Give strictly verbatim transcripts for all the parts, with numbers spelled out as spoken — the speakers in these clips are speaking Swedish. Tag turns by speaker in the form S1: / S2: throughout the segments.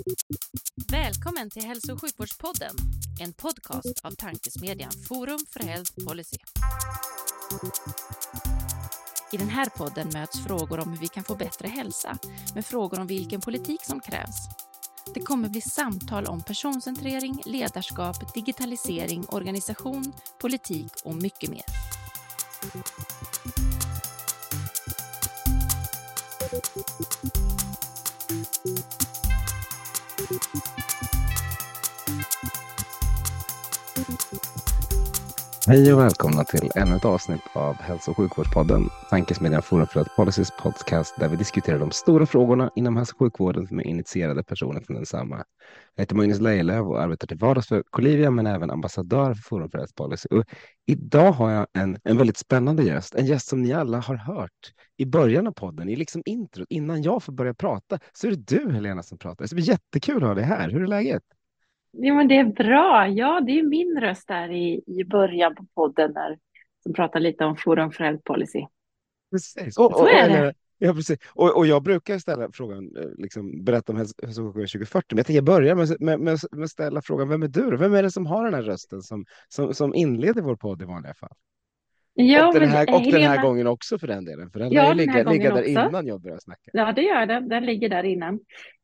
S1: Välkommen till Hälso- och sjukvårdspodden, en podcast av tankesmedjan Forum för Health Policy. I den här podden möts frågor om hur vi kan få bättre hälsa med frågor om vilken politik som krävs. Det kommer bli samtal om personcentrering, ledarskap, digitalisering, organisation, politik och mycket mer.
S2: Hej och välkomna till ännu ett avsnitt av Hälso- och sjukvårdspodden, tankesmedjan Forum för Health Policys podcast där vi diskuterar de stora frågorna inom hälso- och sjukvården med initierade personer från densamma. Jag heter Magnus Lejelöw och arbetar till vardags för Colivia men även ambassadör för Forum för Health Policy. Och idag har jag en, en väldigt spännande gäst, en gäst som ni alla har hört i början av podden, i liksom introt, innan jag får börja prata, så är det du Helena som pratar. Så det blir jättekul att ha dig här. Hur är läget?
S3: Jo, men det är bra. Ja, det är min röst där i, i början på podden där, som pratar lite om Forum för Health Policy.
S2: Precis. Och, och,
S3: Så
S2: och,
S3: är det.
S2: eller, ja, precis. Och, och jag brukar ställa frågan, eh, liksom, berätta om hälso- och sjukvården tjugo fyrtio, men jag tänker börja med, med, med, med att ställa frågan, vem är du då? Vem är det som har den här rösten som, som, som inleder vår podd i vanliga fall?
S3: Ja,
S2: Och den
S3: men
S2: här,
S3: eh,
S2: och den här
S3: Helena,
S2: gången också för den delen, för den
S3: ja,
S2: lär ju
S3: den här
S2: ligga,
S3: gången
S2: ligga där
S3: också.
S2: innan jag börjar snacka.
S3: Ja, det gör den. Den ligger där innan.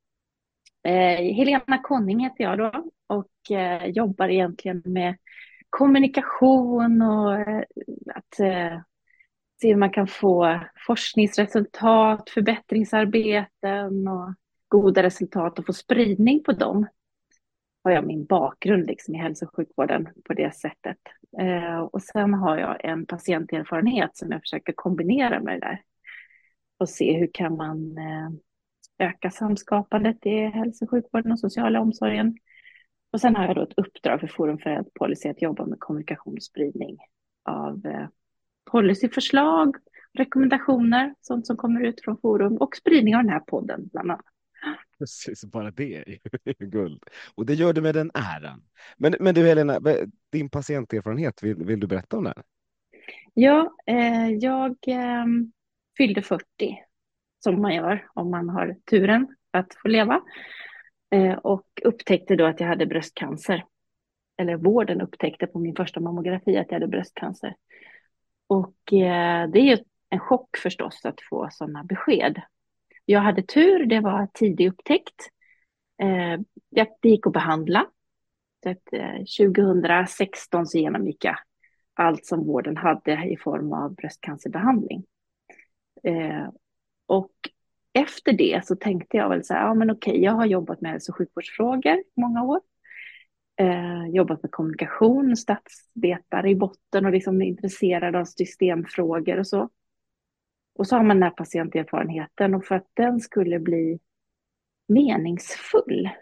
S3: Eh, Helena Conning heter jag då och eh, jobbar egentligen med kommunikation och eh, att eh, se hur man kan få forskningsresultat, förbättringsarbeten och goda resultat och få spridning på dem. Har jag min bakgrund liksom i hälso- och sjukvården på det sättet. Eh, och sen har jag en patienterfarenhet som jag försöker kombinera med det där. Och se hur kan man eh, öka samskapandet i hälso- och sjukvården och sociala omsorgen. Och sen har jag då ett uppdrag för Forum för Health Policy att jobba med kommunikation och spridning av eh, policyförslag, rekommendationer, sånt som kommer ut från Forum och spridning av den här podden bland annat.
S2: Precis, bara det är ju guld. Och det gör du med den äran. Men, men du Helena, din patienterfarenhet, vill, vill du berätta om den?
S3: Ja, eh, jag eh, fyllde fyrtio, som man gör om man har turen att få leva. Eh, och upptäckte då att jag hade bröstcancer. Eller vården upptäckte på min första mammografi att jag hade bröstcancer. Och eh, det är ju en chock förstås att få sådana besked. Jag hade tur, det var tidig upptäckt. Eh, jag, det gick att behandla. Så att, eh, tjugohundrasexton så genomgick jag allt som vården hade i form av bröstcancerbehandling. Eh, och efter det så tänkte jag väl så här, ja men okej, jag har jobbat med hälso- och sjukvårdsfrågor i många år. Eh, jobbat med kommunikation, statsvetare i botten och liksom är intresserad av systemfrågor och så. Och så har man den här patienterfarenheten och för att den skulle bli meningsfull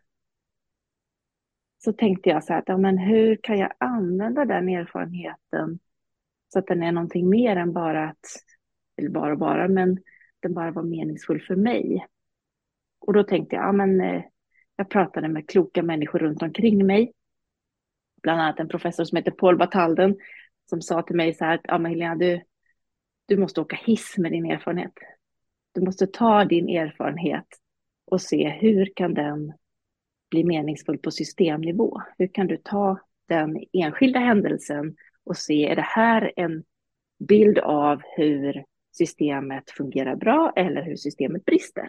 S3: så tänkte jag så här, att, ja, men hur kan jag använda den erfarenheten så att den är någonting mer än bara att, eller bara bara, men den bara var meningsfull för mig. Och då tänkte jag, ja men eh, jag pratade med kloka människor runt omkring mig. Bland annat en professor som heter Paul Batalden som sa till mig så här, att ja men Helena, du, du måste åka hiss med din erfarenhet. Du måste ta din erfarenhet och se hur kan den bli meningsfull på systemnivå. Hur kan du ta den enskilda händelsen och se, är det här en bild av hur systemet fungerar bra eller hur systemet brister?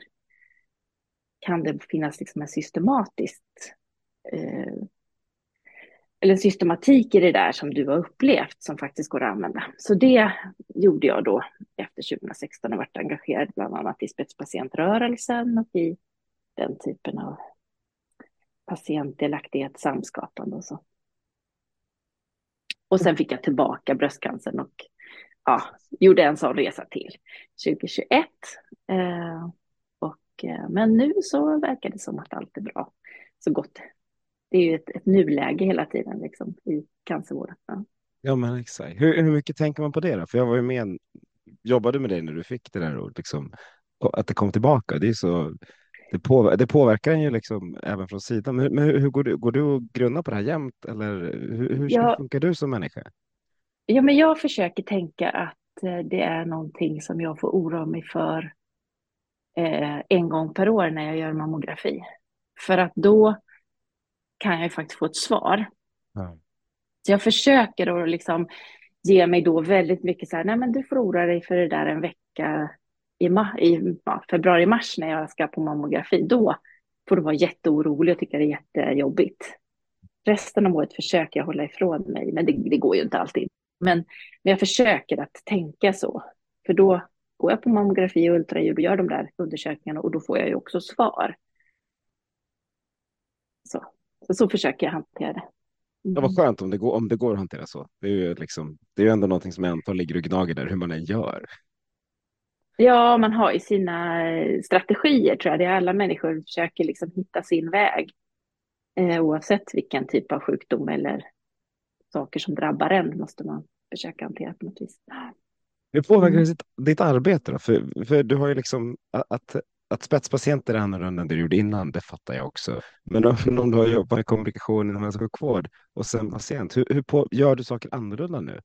S3: Kan det finnas liksom en systematiskt eh, eller en systematik i det där som du har upplevt som faktiskt går att använda. Så det gjorde jag då efter tjugohundrasexton. Jag varit engagerad bland annat i spetspatientrörelsen och i den typen av patientdelaktighet, samskapande och så. Och sen fick jag tillbaka bröstcancern och ja, gjorde en sån resa till tjugohundratjugoett. Eh, och, eh, men nu så verkar det som att allt är bra. Så gott. Det är ju ett, ett nuläge hela tiden liksom, i cancervården. Ja.
S2: Ja, men exakt. Hur, hur mycket tänker man på det då? För jag var ju med, jobbade med dig när du fick det där ordet, liksom, att det kom tillbaka. Det är så, det, påver, det påverkar en ju liksom även från sidan. Men, men hur, hur går du, går du och grunnar på det här jämt? Eller hur, hur
S3: Ja,
S2: funkar du som människa?
S3: ja, men jag försöker tänka att eh, det är någonting som jag får oroa mig för eh, en gång per år när jag gör mammografi. För att då kan jag ju faktiskt få ett svar.
S2: Ja.
S3: Så jag försöker att liksom ge mig då väldigt mycket så här, nej men du får oroa dig för det där en vecka i, ma- i ja, februari-mars när jag ska på mammografi. Då får du vara jätteorolig och tycka det är jättejobbigt. Resten av året försöker jag hålla ifrån mig, men det, det går ju inte alltid. Men, men jag försöker att tänka så. För då går jag på mammografi och ultraljud och gör de där undersökningarna och då får jag ju också svar. Så, så, så försöker jag hantera det. Mm.
S2: Det var skönt om det går, om det går att hantera så. Det är ju liksom, det är ju ändå någonting som jag antar ligger och gnager där, hur man än gör.
S3: Ja, man har ju sina strategier tror jag. Det är alla människor försöker liksom hitta sin väg. Eh, oavsett vilken typ av sjukdom eller saker som drabbar en måste man försöka hantera på något vis.
S2: Hur påverkar
S3: Mm.
S2: det ditt, ditt arbete då? För, för du har ju liksom att, att spetspatienter är annorlunda än det du gjorde innan, det fattar jag också. Men om, om du har jobbat med kommunikation inom hälso och sjukvård och sen patient, hur, hur på, gör du saker annorlunda nu?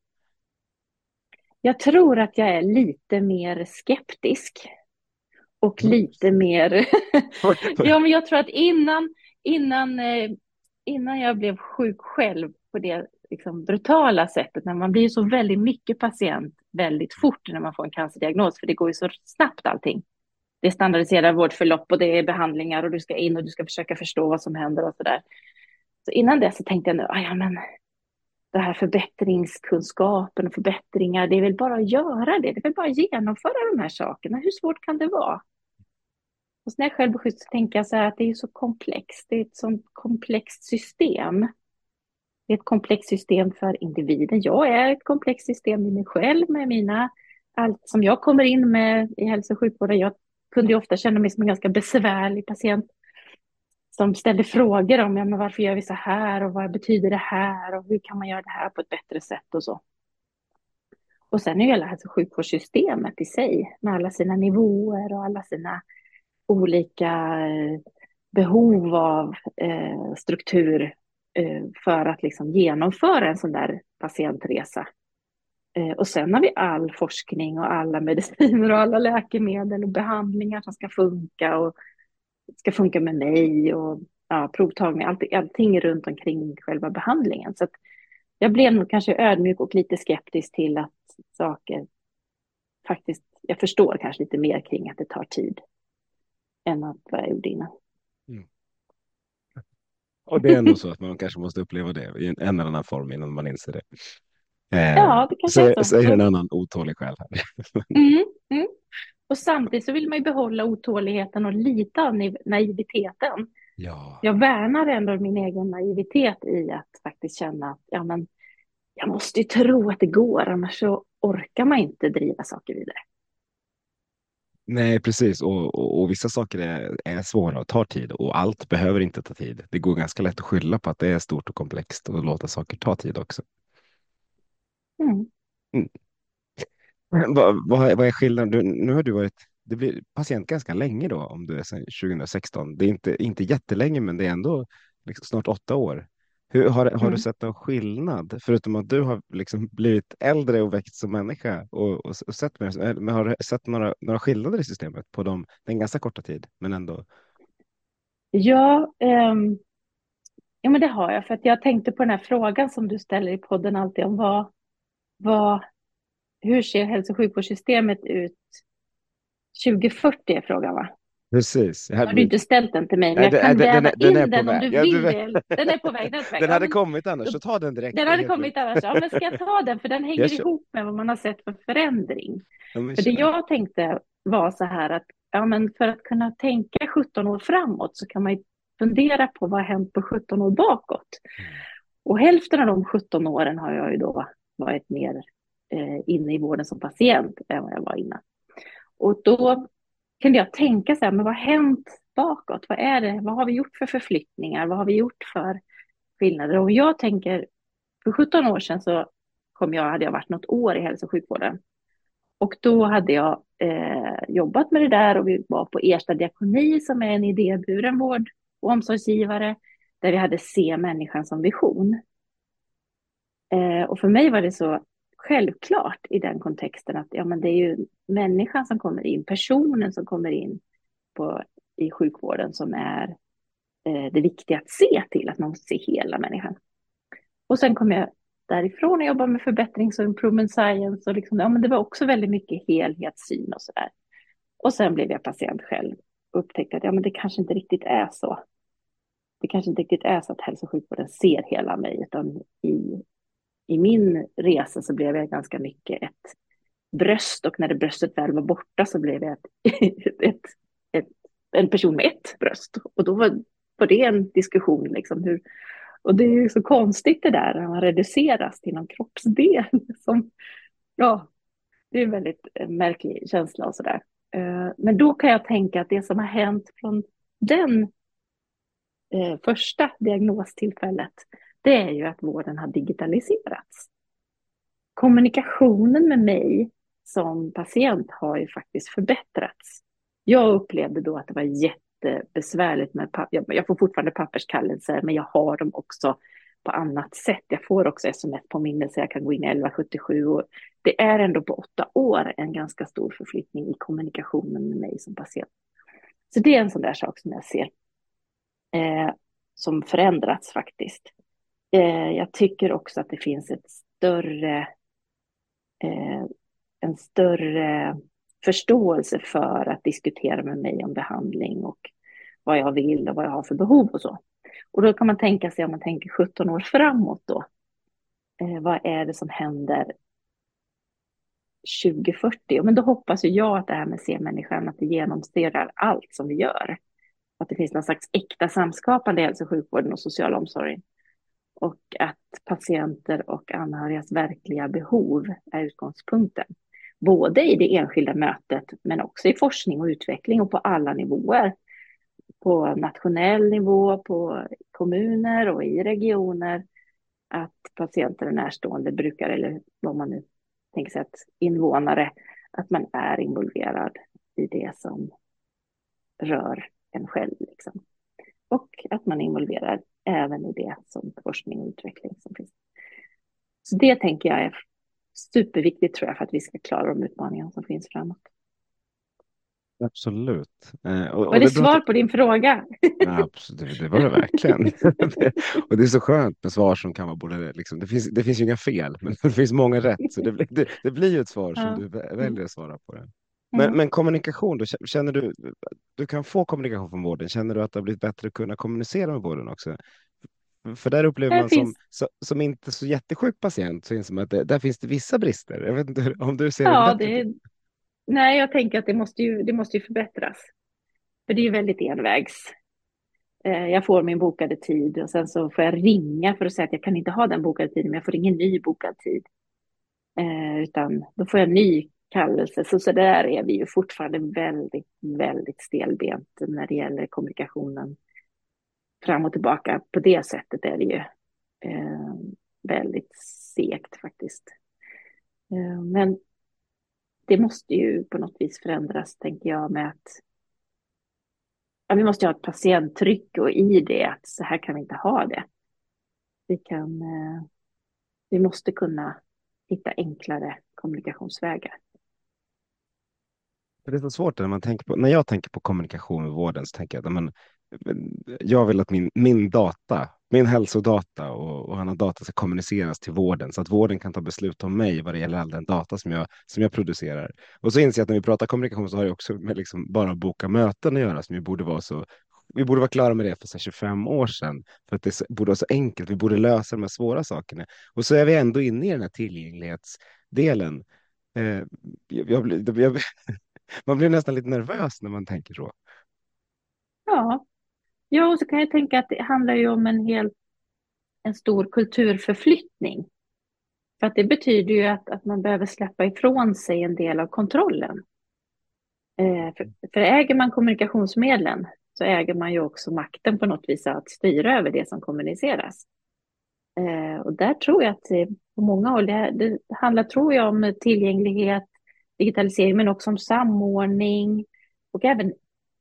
S3: Jag tror att jag är lite mer skeptisk. Och lite mer... ja, men jag tror att innan, innan, eh, innan jag blev sjuk själv på det liksom, brutala sättet, när man blir så väldigt mycket patient väldigt fort när man får en cancerdiagnos, för det går ju så snabbt allting. Det är standardiserade vårdförlopp och det är behandlingar och du ska in och du ska försöka förstå vad som händer och sådär. Så innan det så tänkte jag nu, ah, ja men det här förbättringskunskapen och förbättringar, det är väl bara att göra det. Det är väl bara att genomföra de här sakerna. Hur svårt kan det vara? Och när jag själv blir sjuk så tänker jag så här att det är så komplext. Det är ett sånt komplext system. Det är ett komplext system för individen. Jag är ett komplext system i mig själv med mina, allt som jag kommer in med i hälso- och sjukvården. Jag kunde ju ofta känna mig som en ganska besvärlig patient som ställde frågor om ja, men varför gör vi så här och vad betyder det här och hur kan man göra det här på ett bättre sätt och så. Och sen är ju hela hälso- och sjukvårdssystemet i sig med alla sina nivåer och alla sina olika behov av eh, struktur eh, för att liksom genomföra en sån där patientresa. Eh, och sen har vi all forskning och alla mediciner och alla läkemedel och behandlingar som ska funka och ska funka med mig och ja, provtagning, allt, allting runt omkring själva behandlingen. Så att jag blev nog kanske ödmjuk och lite skeptisk till att saker faktiskt, jag förstår kanske lite mer kring att det tar tid än att vad jag gjorde innan.
S2: Mm. Och det är ändå så att man kanske måste uppleva det i en eller annan form innan man inser det. Eh,
S3: Ja, det kanske är så.
S2: Säger en annan otålig själ här.
S3: Mm, mm. Och samtidigt så vill man ju behålla otåligheten och lite av naiviteten.
S2: Ja.
S3: Jag värnar ändå min egen naivitet i att faktiskt känna att ja, men jag måste ju tro att det går, annars så orkar man inte driva saker vidare.
S2: Nej, precis. Och, och, och vissa saker är, är svåra och tar tid och allt behöver inte ta tid. Det går ganska lätt att skylla på att det är stort och komplext och låta saker ta tid också.
S3: Mm.
S2: Mm. Vad, vad, vad är skillnaden? Du, nu har du varit det blir patient ganska länge då, om du är sedan tjugohundrasexton. Det är inte, inte jättelänge, men det är ändå liksom snart åtta år. Hur, har, har
S3: Mm.
S2: du sett någon skillnad, förutom att du har liksom blivit äldre och växt som människa och, och, och sett mer, men har du sett några, några skillnader i systemet på dem, den ganska korta tid, men ändå?
S3: Ja, ehm, ja, men det har jag. För att jag tänkte på den här frågan som du ställer i podden alltid om vad, vad, hur ser hälso- och sjukvårdssystemet ut tjugohundrafyrtio är frågan, va?
S2: Precis. Jag
S3: Har
S2: hade
S3: du inte ställt den till mig? Men
S2: Nej,
S3: jag
S2: det-
S3: kan
S2: den- den-
S3: väva
S2: den är
S3: in
S2: på
S3: den om
S2: väg.
S3: du
S2: Ja, du
S3: vill
S2: vet.
S3: det. Den är på väg. Den, är på väg.
S2: Den
S3: Ja,
S2: hade
S3: men
S2: kommit annars, så ta den direkt.
S3: den hade kommit annars. Ja, men ska jag ta den? För den hänger
S2: Jag kör.
S3: ihop med vad man har sett för förändring.
S2: Ja, men
S3: För det
S2: kör.
S3: jag tänkte var så här att ja, men för att kunna tänka sjutton år framåt så kan man ju fundera på vad har hänt på sjutton år bakåt.
S2: Mm.
S3: Och hälften av de sjutton åren har jag ju då varit mer eh, inne i vården som patient än vad jag var innan. Och då kunde jag tänka så här, men vad har hänt bakåt? Vad är det? Vad har vi gjort för förflyttningar? Vad har vi gjort för skillnader? Och jag tänker, för sjutton år sedan så kom jag, hade jag varit något år i hälso- och sjukvården. Och då hade jag eh, jobbat med det där och vi var på Ersta diakoni som är en idéburen vård och omsorgsgivare där vi hade se människan som vision. Eh, och för mig var det så självklart i den kontexten att ja, men det är ju människan som kommer in, personen som kommer in på, i sjukvården som är eh, det viktiga att se till, att man måste se hela människan. Och sen kom jag därifrån och jobbade med förbättrings- och improvement science. Och liksom, ja, men det var också väldigt mycket helhetssyn och sådär. Och sen blev jag patient själv och upptäckte att ja, men det kanske inte riktigt är så. Det kanske inte riktigt är så att hälso- och sjukvården ser hela mig, utan i, i min resa så blev jag ganska mycket ett bröst, och när det bröstet väl var borta så blev jag ett, ett, ett, en person med ett bröst. Och då var, var det en diskussion liksom hur. Och det är ju så konstigt det där när man reduceras till någon kroppsdel. Som, ja, det är en väldigt märklig känsla och sådär. Men då kan jag tänka att det som har hänt från den eh, första diagnostillfället, det är ju att vården har digitaliserats. Kommunikationen med mig som patient har ju faktiskt förbättrats. Jag upplevde då att det var jättebesvärligt med papper. Jag får fortfarande papperskallelser, men jag har dem också på annat sätt. Jag får också sms-påminnelser, jag kan gå in i elva sjuttiosju. Och det är ändå på åtta år en ganska stor förflyttning i kommunikationen med mig som patient. Så det är en sån där sak som jag ser eh, som förändrats faktiskt. Eh, jag tycker också att det finns ett större, eh, en större förståelse för att diskutera med mig om behandling och vad jag vill och vad jag har för behov och så. Och då kan man tänka sig, om man tänker sjutton år framåt då, eh, vad är det som händer tjugo fyrtio? Men då hoppas ju jag att det här med se-människan, att det genomsyrar allt som vi gör. Att det finns någon slags äkta samskapande i hälso- och sjukvården och social omsorg. Och att patienter och anhörigas verkliga behov är utgångspunkten. Både i det enskilda mötet, men också i forskning och utveckling och på alla nivåer. På nationell nivå, på kommuner och i regioner. Att patienter och närstående brukare, eller vad man nu tänker sig, att invånare, att man är involverad i det som rör en själv. Liksom. Och att man är involverad även i det som forskning och utveckling som finns. Så det tänker jag är superviktigt, tror jag, för att vi ska klara de utmaningar som finns framåt.
S2: Absolut. Eh, och,
S3: var
S2: och
S3: det,
S2: det
S3: svar på din fråga?
S2: Ja, absolut, det var det verkligen. det, och det är så skönt med svar som kan vara både, liksom, det finns, det finns ju inga fel, men det finns många rätt. Så det, blir- det, det blir ju ett svar som
S3: Ja.
S2: du vä- väljer att svara på. Det. Men,
S3: Mm.
S2: men kommunikation då, känner du, du kan få kommunikation från vården. Känner du att det har blivit bättre att kunna kommunicera med vården också? För där upplever
S3: Där
S2: man som,
S3: finns,
S2: så, som inte så jättesjuk patient, så inser man att det, där finns det vissa brister. Jag vet inte om du ser
S3: ja,
S2: det bättre.
S3: det, nej, jag tänker att det måste ju, det måste ju förbättras. För det är ju väldigt envägs. Eh, Jag får min bokade tid och sen så får jag ringa för att säga att jag kan inte ha den bokade tiden, men jag får ingen ny bokad tid. Eh, utan då får jag en ny kallelse. Så, så där är vi ju fortfarande väldigt, väldigt stelbent när det gäller kommunikationen. Fram och tillbaka på det sättet är det ju eh, väldigt segt faktiskt. Eh, men det måste ju på något vis förändras, tänker jag, med att ja, vi måste ha ett patienttryck, och i det att så här kan vi inte ha det. Vi, kan, eh, vi måste kunna hitta enklare kommunikationsvägar.
S2: Det är så svårt när man tänker på, när jag tänker på kommunikation med vården, så tänker jag att men, jag vill att min, min data, min hälsodata och, och annan data ska kommuniceras till vården, så att vården kan ta beslut om mig vad det gäller all den data som jag, som jag producerar. Och så inser jag att när vi pratar kommunikation så har det också med liksom bara att boka möten att göra, som ju borde vara så. Vi borde vara klara med det för så här tjugofem år sedan, för att det borde vara så enkelt. Vi borde lösa de här svåra sakerna. Och så är vi ändå inne i den här tillgänglighetsdelen. Eh, jag, jag, jag, man blir nästan lite nervös när man tänker så.
S3: Ja, ja, och så kan jag tänka att det handlar ju om en hel en stor kulturförflyttning. För att det betyder ju att, att man behöver släppa ifrån sig en del av kontrollen. Eh, för, för äger man kommunikationsmedlen så äger man ju också makten på något vis att styra över det som kommuniceras. Eh, och där tror jag att det, på många håll, det, det handlar, tror jag, om tillgänglighet, digitalisering, men också om samordning och även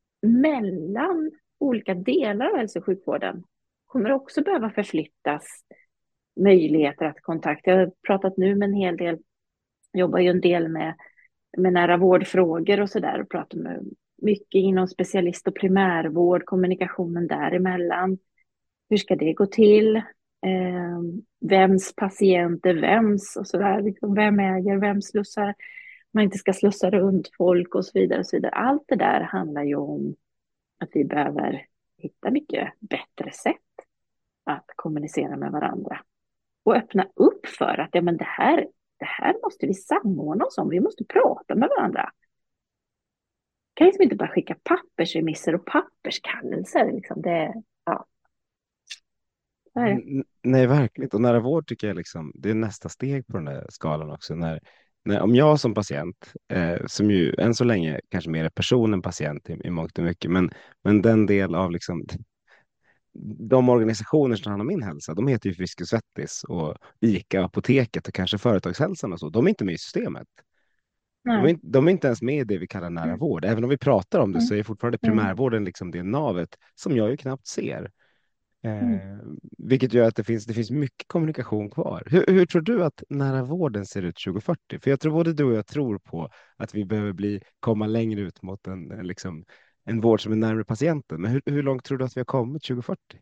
S3: mellan olika delar av hälso- och sjukvården kommer också behöva förflyttas möjligheter att kontakta. Jag har pratat nu med en hel del, jobbar ju en del med, med nära vårdfrågor och sådär, och pratar med mycket inom specialist- och primärvård, kommunikationen däremellan. Hur ska det gå till? Eh, vems patient är vems och sådär. Liksom, vem äger, vem slussar? Man inte ska slussa runt folk och så vidare. Och så vidare. Allt det där handlar ju om att vi behöver hitta mycket bättre sätt att kommunicera med varandra. Och öppna upp för att ja, men det, här, det här måste vi samordna oss om. Vi måste prata med varandra. Kan liksom inte bara skicka pappersremisser och papperskallelser. Liksom. Det, ja. Det är det.
S2: N- Nej, verkligen. Och nära vård tycker jag liksom, det är nästa steg på den där skalan också. När, när, om jag som patient, eh, som ju än så länge kanske mer är person än patient i, i mångt och mycket, men, men den del av liksom, de organisationer som handlar om min hälsa, de heter ju Frisk och Svettis och ICA, Apoteket och kanske Företagshälsan och så. De är inte med i systemet. De är,
S3: Nej.
S2: inte- de är inte ens med i det vi kallar nära
S3: Mm.
S2: vård. Även om vi pratar om det så
S3: Mm.
S2: är fortfarande
S3: Mm.
S2: primärvården liksom det navet som jag ju knappt ser.
S3: Mm.
S2: Eh, vilket gör att det finns, det finns mycket kommunikation kvar. Hur, hur tror du att nära vården ser ut tjugo fyrtio? För jag tror både du och jag tror på att vi behöver bli, komma längre ut mot en, en, liksom, en vård som är närmare patienten. Men hur, hur långt tror du att vi har kommit tjugo fyrtio?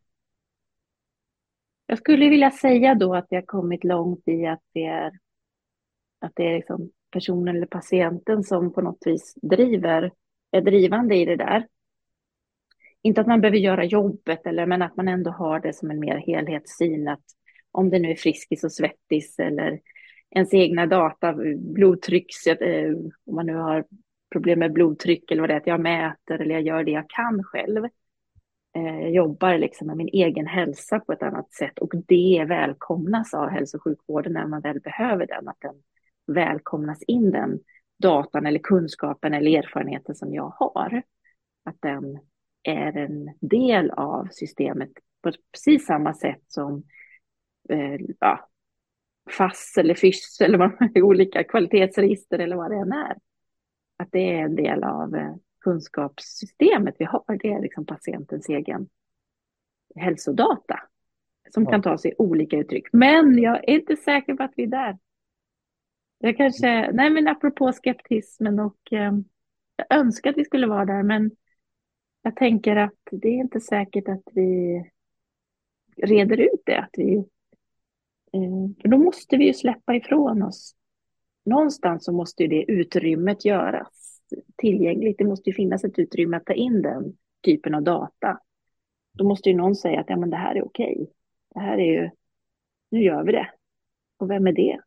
S3: Jag skulle vilja säga då att vi har kommit långt i att det är, att det är liksom personen eller patienten som på något vis driver, är drivande i det där. Inte att man behöver göra jobbet, eller, men att man ändå har det som en mer helhetssyn. Att om det nu är Friskis och Svettis eller ens egna data, blodtrycks, eh, om man nu har problem med blodtryck eller vad det är, att jag mäter eller jag gör det jag kan själv. Eh, Jag jobbar liksom med min egen hälsa på ett annat sätt, och det välkomnas av hälso- och sjukvården när man väl behöver den, att den välkomnas in, den datan eller kunskapen eller erfarenheten som jag har. Att den är en del av systemet på precis samma sätt som eh, ja, F A S eller F Y S eller vad de är, olika kvalitetsregister eller vad det än är. Att det är en del av eh, kunskapssystemet vi har. Det är liksom patientens egen hälsodata som
S2: Ja.
S3: kan ta sig olika uttryck. Men jag är inte säker på att vi är där. Jag kanske, nej men apropå skeptismen och eh, jag önskar att vi skulle vara där, men jag tänker att det är inte säkert att vi reder ut det. Att vi, eh, för då måste vi ju släppa ifrån oss. Någonstans så måste ju det utrymmet göras tillgängligt. Det måste ju finnas ett utrymme att ta in den typen av data. Då måste ju någon säga att ja, men det här är okej. Det här är ju, nu gör vi det. Och vem är det?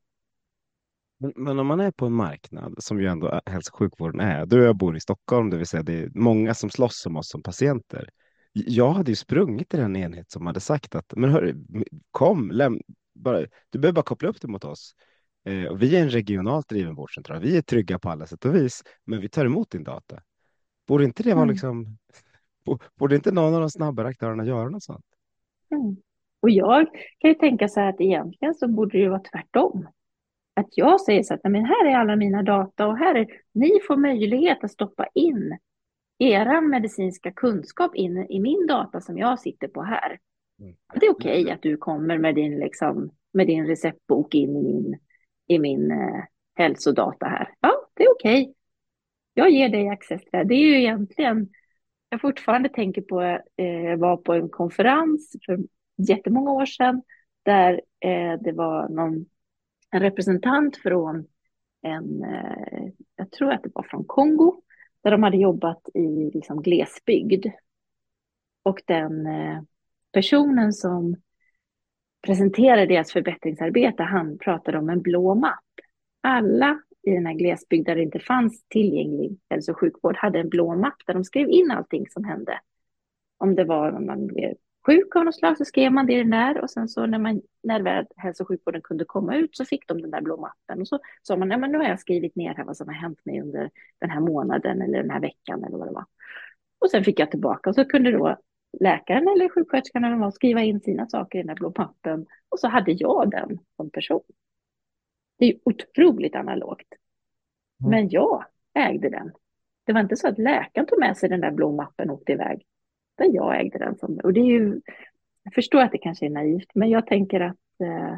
S2: Men, men om man är på en marknad, som ju ändå hälso- och sjukvården är, du och jag bor i Stockholm, det vill säga det är många som slåss om oss som patienter. Jag hade ju sprungit till den enhet som hade sagt att, men hörru, kom, läm, bara, du behöver bara koppla upp det mot oss. Eh, och vi är en regionalt driven vårdcentral, vi är trygga på alla sätt och vis, men vi tar emot din data. Borde inte det vara
S3: Mm.
S2: liksom, bo- borde inte någon av de snabbare aktörerna göra något sånt?
S3: Mm. Och jag kan ju tänka så här att egentligen så borde det ju vara tvärtom. Att jag säger så att nej, men här är alla mina data och här är, ni får möjlighet att stoppa in era medicinska kunskap in i min data som jag sitter på här.
S2: Mm.
S3: Det är okej att du kommer med din, liksom, med din receptbok in i min, i min eh, hälsodata här. Ja, det är okej. Jag ger dig access där. Det är ju egentligen, jag fortfarande tänker på, eh, jag var på en konferens för jättemånga år sedan där eh, det var någon, en representant från en, eh, jag tror att det var från Kongo, där de hade jobbat i liksom, glesbygd. Och den eh, personen som presenterade deras förbättringsarbete, han pratade om en blå mapp. Alla i den här glesbygden där det inte fanns tillgänglig hälso- och sjukvård hade en blå mapp där de skrev in allting som hände. Om det var om man blev sjuk av något slag så skrev man det i den där, och sen så när, man, när väl hälso- och sjukvården kunde komma ut så fick de den där blå mappen. Och så sa man, nej men nu har jag skrivit ner här vad som har hänt mig under den här månaden eller den här veckan eller vad det var. Och sen fick jag tillbaka, och så kunde då läkaren eller sjuksköterskan eller vad skriva in sina saker i den här blå mappen, och så hade jag den som person. Det är ju otroligt analogt.
S2: Mm.
S3: Men jag ägde den. Det var inte så att läkaren tog med sig den där blå mappen och åkte iväg. Utan jag ägde den. Som, och det är ju, jag förstår att det kanske är naivt, men jag tänker att eh,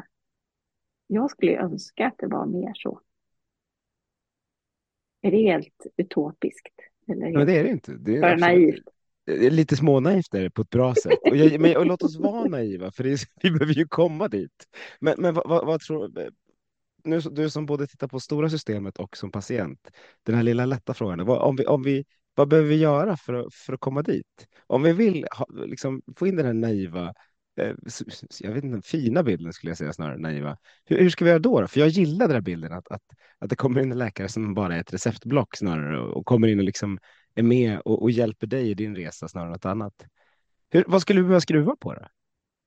S3: jag skulle önska att det var mer så. Är det helt utopiskt? Eller
S2: Men
S3: helt
S2: det är det inte. Det är
S3: för
S2: absolut
S3: naivt.
S2: det är lite smånaivt är det på ett bra sätt. Och, jag, men, och låt oss vara naiva, för det är, vi behöver ju komma dit. Men, men vad, vad, vad tror nu, du som både tittar på stora systemet och som patient, den här lilla lätta frågan, vad, om vi, om vi, vad behöver vi göra för att, för att komma dit? Om vi vill ha, liksom, få in den här naiva, eh, s- s- jag vet inte, fina bilden skulle jag säga snarare, naiva. Hur, hur ska vi göra då, då? För jag gillar den här bilden att, att, att det kommer in en läkare som bara är ett receptblock snarare och, och kommer in och liksom är med och, och hjälper dig i din resa snarare än något annat. Hur, vad skulle vi behöva skruva på då?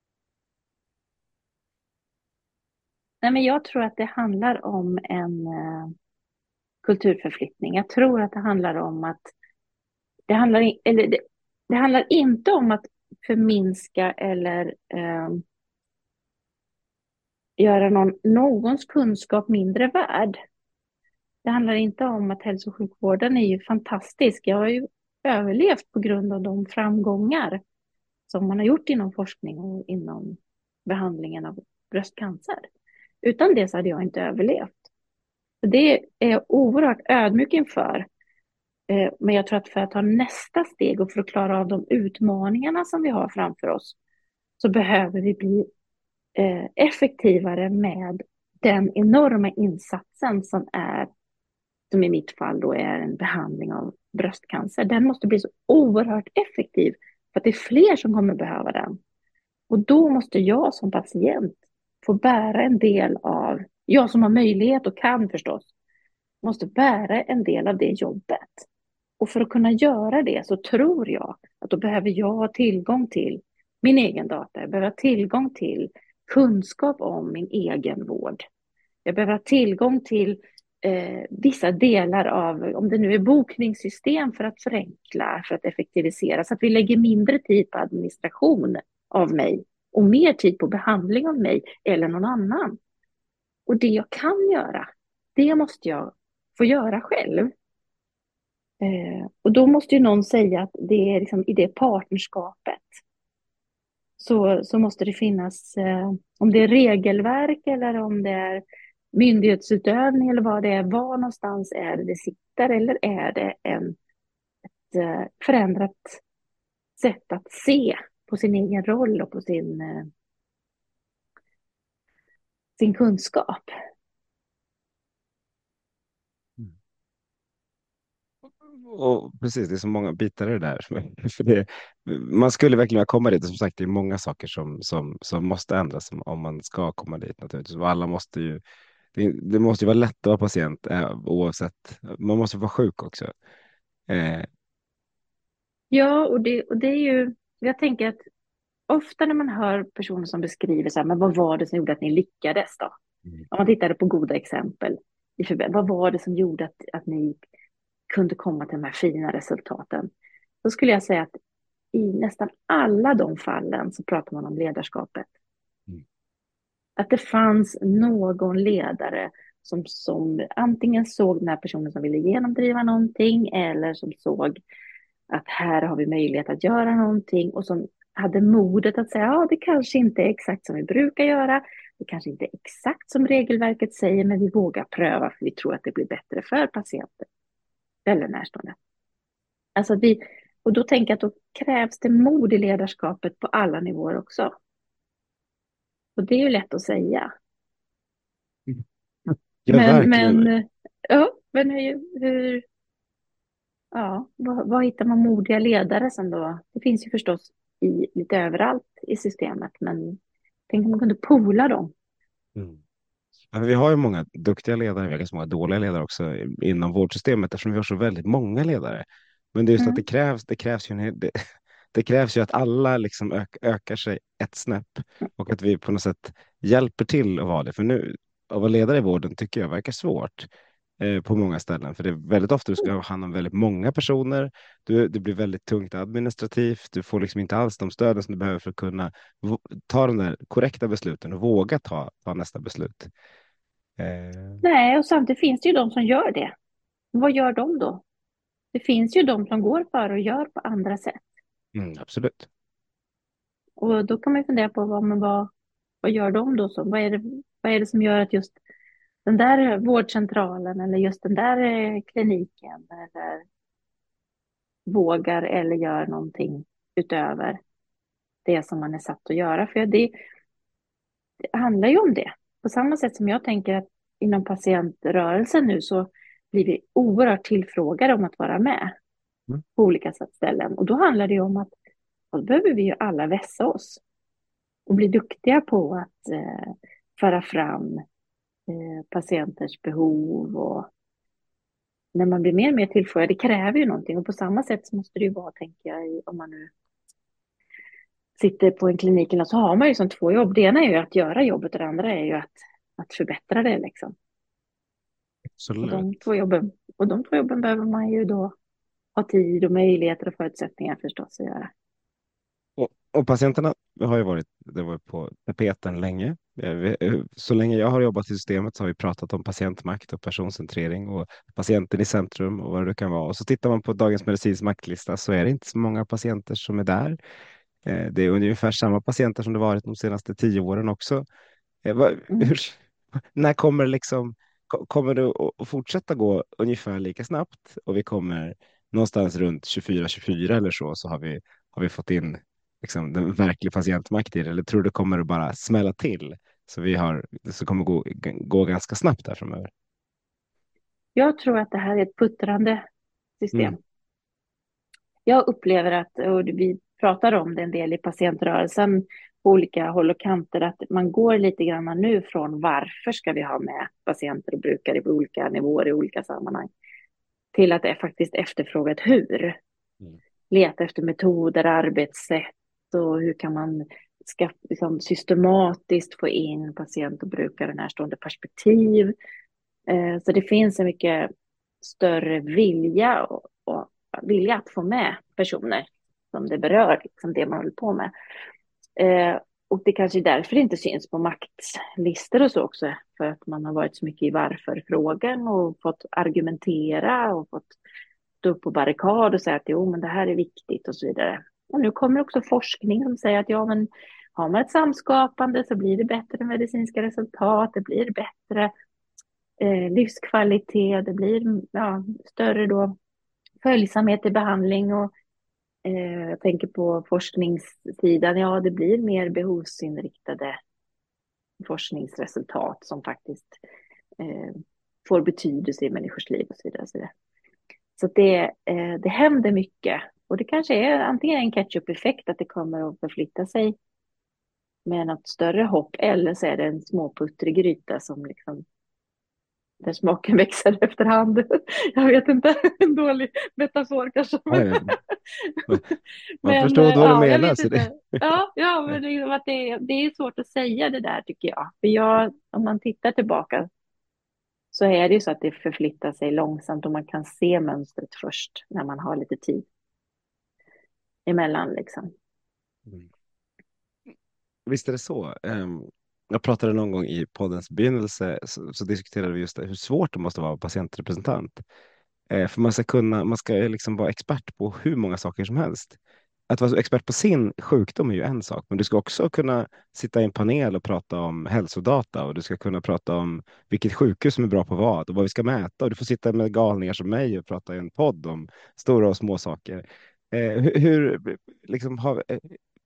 S3: Nej, men jag tror att det handlar om en eh, kulturförflyttning. Jag tror att det handlar om att det handlar, i- eller det, det handlar inte om att förminska eller eh, göra någon, någons kunskap mindre värd. Det handlar inte om att hälso och sjukvården är ju fantastisk. Jag har ju överlevt på grund av de framgångar som man har gjort inom forskning och inom behandlingen av bröstcancer. Utan det så hade jag inte överlevt. Så det är jag oerhört ödmjuk inför. Eh, Men jag tror att för att ta nästa steg och för att klara av de utmaningarna som vi har framför oss så behöver vi bli eh, effektivare med den enorma insatsen som är, som i mitt fall då är en behandling av bröstcancer. Den måste bli så oerhört effektiv för att det är fler som kommer behöva den. Och då måste jag som patient få bära en del av, jag som har möjlighet och kan förstås, måste bära en del av det jobbet. Och för att kunna göra det så tror jag att då behöver jag ha tillgång till min egen data. Jag behöver ha tillgång till kunskap om min egen vård. Jag behöver ha tillgång till eh, vissa delar av, om det nu är bokningssystem för att förenkla, för att effektivisera, så att vi lägger mindre tid på administration av mig och mer tid på behandling av mig eller någon annan. Och det jag kan göra, det måste jag få göra själv. Eh, och då måste ju någon säga att det är liksom i det partnerskapet så, så måste det finnas, eh, om det är regelverk eller om det är myndighetsutövning eller vad det är, var någonstans är det det sitter, eller är det en, ett eh, förändrat sätt att se på sin egen roll och på sin, eh, sin kunskap.
S2: Och precis, det är så många bitar i det där. För det, man skulle verkligen vilja komma dit. Och som sagt, det är många saker som, som, som måste ändras om om man ska komma dit naturligtvis. Och alla måste ju, det, det måste ju vara lätt att vara patient eh, oavsett. Man måste vara sjuk också. Eh,
S3: Ja, och det, och det är ju, jag tänker att ofta när man hör personer som beskriver så här, men vad var det som gjorde att ni lyckades då?
S2: mm.
S3: Om man tittade på goda exempel, i förbe- vad var det som gjorde att, att ni kunde komma till de här fina resultaten? Då skulle jag säga att i nästan alla de fallen så pratar man om ledarskapet.
S2: Mm.
S3: Att det fanns någon ledare som, som antingen såg den här personen som ville genomdriva någonting eller som såg att här har vi möjlighet att göra någonting och som hade modet att säga ja, det kanske inte är exakt som vi brukar göra. Det kanske inte är exakt som regelverket säger, men vi vågar pröva för vi tror att det blir bättre för patienten eller närstående. Alltså vi, och då tänker jag att då krävs det mod i ledarskapet på alla nivåer också. Och det är ju lätt att säga.
S2: Ja,
S3: Men,
S2: verkligen.
S3: men, ja, men hur, hur ja, vad, vad hittar man modiga ledare som då? Det finns ju förstås i, lite överallt i systemet, men tänk om man kunde poola dem.
S2: Mm. Ja, vi har ju många duktiga ledare, vi har ganska många dåliga ledare också inom vårdsystemet eftersom vi har så väldigt många ledare. Men det är just att det
S3: Mm.
S2: krävs, det krävs ju, en, hel- det, det krävs ju att alla liksom ök, ökar sig ett snäpp och att vi på något sätt hjälper till att vara det. För nu, att vara ledare i vården tycker jag verkar svårt eh, på många ställen. För det är väldigt ofta du ska ha hand om väldigt många personer. Du, det blir väldigt tungt administrativt. Du får liksom inte alls de stöden som du behöver för att kunna v- ta de där korrekta besluten och våga ta, ta nästa beslut. Eh,
S3: Nej, och samtidigt finns det ju de som gör det. Vad gör de då? Det finns ju de som går före och gör på andra sätt.
S2: mm, absolut.
S3: Och då kan man ju fundera på vad, men vad, vad gör de då? Så? Vad är det, vad är det som gör att just den där vårdcentralen eller just den där eh, kliniken eller vågar eller gör någonting utöver det som man är satt att göra. För det, det handlar ju om det. På samma sätt som jag tänker att inom patientrörelsen nu så blir vi oerhört tillfrågade om att vara med
S2: Mm.
S3: på olika ställen. Och då handlar det ju om att då behöver vi ju alla vässa oss och bli duktiga på att eh, föra fram eh, patienters behov. Och när man blir mer och mer tillfrågad, det kräver ju någonting. Och på samma sätt så måste det ju vara, tänker jag, om man nu sitter på en klinik så har man ju som två jobb. Det ena är ju att göra jobbet och det andra är ju att, att förbättra det liksom.
S2: Absolut.
S3: Och de två jobben, och de två jobben behöver man ju då ha tid och möjligheter och förutsättningar förstås att göra.
S2: Och, och patienterna har ju varit, det var på tapeten länge. Så länge jag har jobbat i systemet så har vi pratat om patientmakt och personcentrering och patienten i centrum och vad det kan vara. Och så tittar man på Dagens Medicins maktlista så är det inte så många patienter som är där. Det är ungefär samma patienter som det varit de senaste tio åren också. Hur,
S3: Mm.
S2: när kommer liksom, kommer det att fortsätta gå ungefär lika snabbt och vi kommer någonstans runt tjugofyra tjugofyra eller så så har vi, har vi fått in liksom den verkliga patientmakt i det, eller tror du det kommer att bara smälla till så vi har, så kommer gå, gå ganska snabbt där framöver?
S3: Jag tror att det här är ett puttrande system.
S2: Mm.
S3: Jag upplever att, och vi pratar om det en del i patientrörelsen på olika håll och kanter, att man går lite grann nu från varför ska vi ha med patienter och brukare på olika nivåer i olika sammanhang till att det är faktiskt efterfrågat hur. Mm. Leta efter metoder, arbetssätt och hur kan man ska, liksom, systematiskt få in patient och brukare närstående perspektiv. Eh, så det finns en mycket större vilja och, och vilja att få med personer som det berör, liksom det man håller på med. Eh, och det kanske är därför det inte syns på maktlistor och så också, för att man har varit så mycket i varför-frågan och fått argumentera och fått stå upp på barrikad och säga att jo, men det här är viktigt och så vidare. Och nu kommer också forskning som säger att ja, men har man ett samskapande så blir det bättre medicinska resultat, det blir bättre eh, livskvalitet, det blir ja, större då följsamhet i behandling och eh, jag tänker på forskningssidan, ja det blir mer behovsinriktade forskningsresultat som faktiskt eh, får betydelse i människors liv och så vidare. Och så vidare. Så det, eh, det händer mycket och det kanske är antingen en catch-up-effekt att det kommer att förflytta sig med något större hopp eller så är det en småputtrig gryta som liksom där smaken växer efterhand. Jag vet inte, en dålig metafor kanske.
S2: Nej, man
S3: men,
S2: förstår då
S3: ja,
S2: du
S3: jag
S2: menar.
S3: vet
S2: Så
S3: inte.
S2: det...
S3: Ja, ja, men det, är, att det, det är svårt att säga det där tycker jag. För jag, om man tittar tillbaka så är det ju så att det förflyttar sig långsamt och man kan se mönstret först när man har lite tid emellan liksom.
S2: Mm. Visst är det så. Um... Jag pratade någon gång i poddens begynnelse så, så diskuterade vi just det, hur svårt det måste vara att vara patientrepresentant. Eh, för man ska kunna, man ska liksom vara expert på hur många saker som helst. Att vara expert på sin sjukdom är ju en sak, men du ska också kunna sitta i en panel och prata om hälsodata och du ska kunna prata om vilket sjukhus som är bra på vad och vad vi ska mäta och du får sitta med galningar som mig och prata i en podd om stora och små saker. Eh, hur, hur liksom har eh,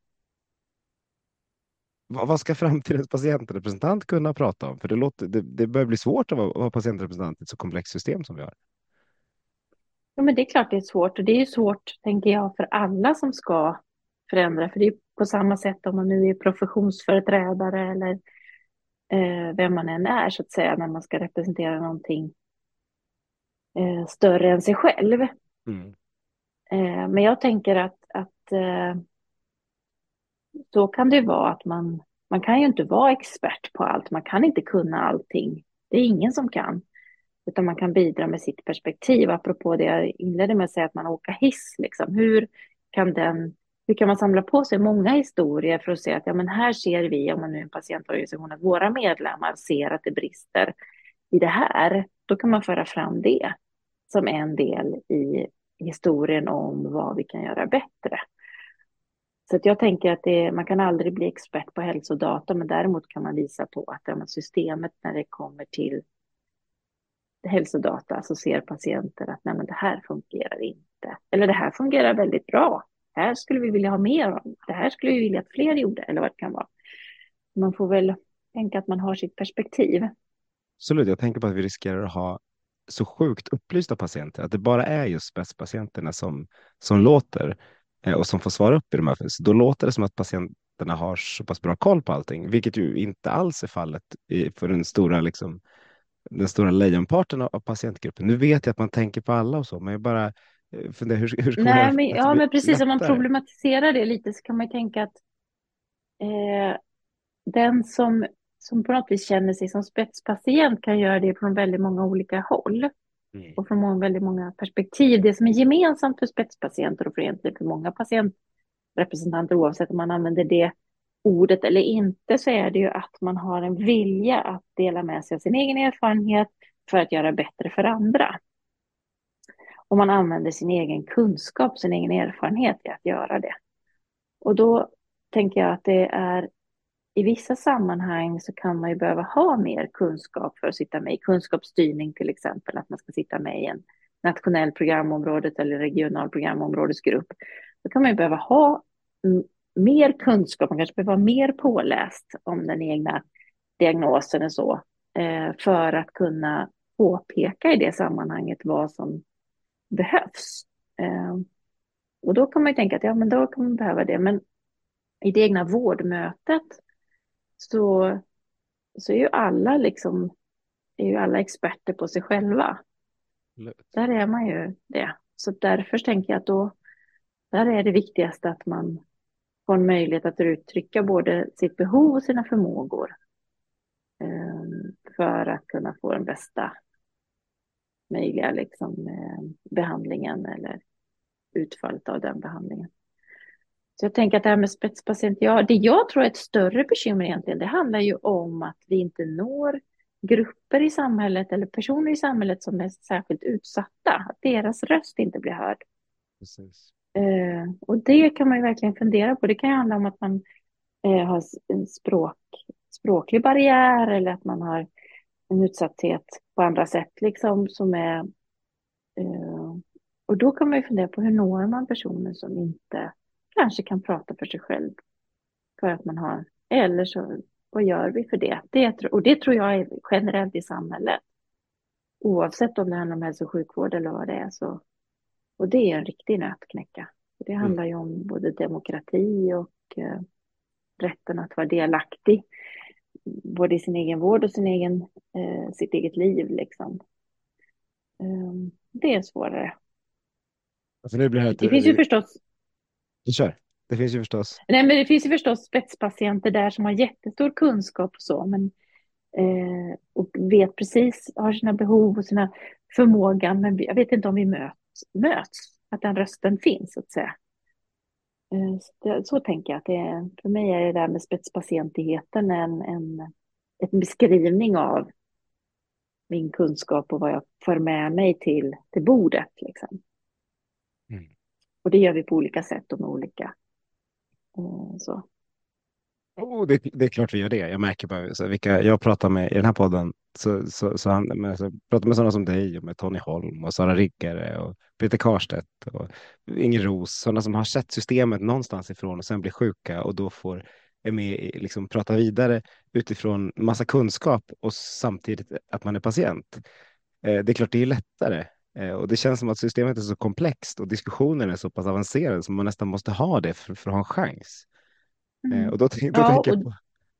S2: vad ska framtidens patientrepresentant kunna prata om? För det, låter, det, det börjar bli svårt att vara, vara patientrepresentant i ett så komplext system som vi har.
S3: Ja, men det är klart det är svårt och det är ju svårt, tänker jag, för alla som ska förändra. För det är på samma sätt om man nu är professionsföreträdare eller eh, vem man än är så att säga, när man ska representera någonting eh, större än sig själv.
S2: Mm.
S3: Eh, men jag tänker att, att eh, så kan det vara att man, man kan ju inte vara expert på allt. Man kan inte kunna allting. Det är ingen som kan. Utan man kan bidra med sitt perspektiv. Apropå det jag inledde med att säga att man åker hiss. Liksom. Hur, kan den, hur kan man samla på sig många historier för att se att ja, men här ser vi, om man nu är en patientorganisation, att våra medlemmar ser att det brister i det här. Då kan man föra fram det som en del i historien om vad vi kan göra bättre. Så att jag tänker att det, man kan aldrig bli expert på hälsodata, men däremot kan man visa på att ja, systemet när det kommer till hälsodata så ser patienter att nej, men det här fungerar inte. Eller det här fungerar väldigt bra. Det här skulle vi vilja ha mer om. Det här skulle vi vilja att fler gjorde. Eller vad det kan vara. Man får väl tänka att man har sitt perspektiv.
S2: Absolut, jag tänker på att vi riskerar att ha så sjukt upplysta patienter. Att det bara är just spetspatienterna som, som låter eh, och som får svara upp i de här. Så då låter det som att patienterna har så pass bra koll på allting. Vilket ju inte alls är fallet i, för den stora liksom, den stora lejonparten av patientgruppen. Nu vet jag att man tänker på alla och så, men jag bara eh, funderar hur, hur ska man
S3: Nej,
S2: göra
S3: men,
S2: för att
S3: ja,
S2: det blir
S3: men precis om man
S2: lättare?
S3: problematiserar det lite så kan man ju tänka att eh, den som, som på något vis känner sig som spetspatient kan göra det från väldigt många olika håll
S2: Mm.
S3: och från många, väldigt många perspektiv. Det som är gemensamt för spetspatienter och för egentligen för många patientrepresentanter, oavsett om man använder det ordet eller inte, så är det ju att man har en vilja att dela med sig av sin egen erfarenhet för att göra bättre för andra. Och man använder sin egen kunskap, sin egen erfarenhet i att göra det. Och då tänker jag att det är i vissa sammanhang så kan man ju behöva ha mer kunskap för att sitta med i kunskapsstyrning till exempel, att man ska sitta med i en nationell programområdet eller regional programområdesgrupp. Då kan man ju behöva ha m- mer kunskap, man kanske behöver vara mer påläst om den egna diagnosen och så, eh, för att kunna påpeka i det sammanhanget vad som behövs. Eh, och då kan man ju tänka att ja, men då kan man behöva det, men i det egna vårdmötet så, så är ju alla liksom, är ju alla experter på sig själva. Där är man ju det. Så därför tänker jag att då, där är det viktigaste att man får en möjlighet att uttrycka både sitt behov och sina förmågor. Eh, för att kunna få den bästa möjliga liksom, eh, behandlingen eller utfallet av den behandlingen. Så jag tänker att det här med spetspatient, ja, det jag tror är ett större bekymmer egentligen, det handlar ju om att vi inte når grupper i samhället eller personer i samhället som är särskilt utsatta, att deras röst inte blir hörd.
S2: Precis.
S3: Eh, och det kan man ju verkligen fundera på. Det kan ju handla om att man eh, har en språk, språklig barriär eller att man har en utsatthet på andra sätt liksom som är eh, och då kan man ju fundera på hur når man personer som inte kanske kan prata för sig själv för att man har, eller så vad gör vi för det? det och det tror jag är generellt i samhället oavsett om det handlar om hälso- och sjukvård eller vad det är, så och det är en riktig nötknäcka. Det handlar ju om både demokrati och eh, rätten att vara delaktig både i sin egen vård och sin egen, eh, sitt eget liv liksom. Um, det är svårare.
S2: Alltså nu blir det,
S3: Det finns ju förstås
S2: Du kör. Det finns ju förstås.
S3: Nej, men det finns ju förstås spetspatienter där som har jättestor kunskap och så, men eh, och vet precis, har sina behov och sina förmågor, men jag vet inte om vi möts, möts att den rösten finns, så att säga. Eh, så, det, så tänker jag att det är, för mig är det där med spetspatientigheten en, en, en beskrivning av min kunskap och vad jag för med mig till, till bordet, liksom.
S2: Mm.
S3: Och det gör vi på olika sätt och med olika eh, så.
S2: Oh, det, det är klart vi gör det. Jag märker bara så vilka jag pratar med i den här podden. Så, så, så han, men, så, pratar med sådana som dig och med Tony Holm och Sara Riggare och Peter Karstedt och Inger Ros. Sådana som har sett systemet någonstans ifrån och sen blir sjuka och då får är med i, liksom prata vidare utifrån massa kunskap och samtidigt att man är patient. Eh, det är klart det är lättare. Eh, och det känns som att systemet är så komplext och diskussionen är så pass avancerad som man nästan måste ha det för, för att ha en chans.
S3: Mm.
S2: Eh, och då, då
S3: Ja,
S2: tänker
S3: och,
S2: jag på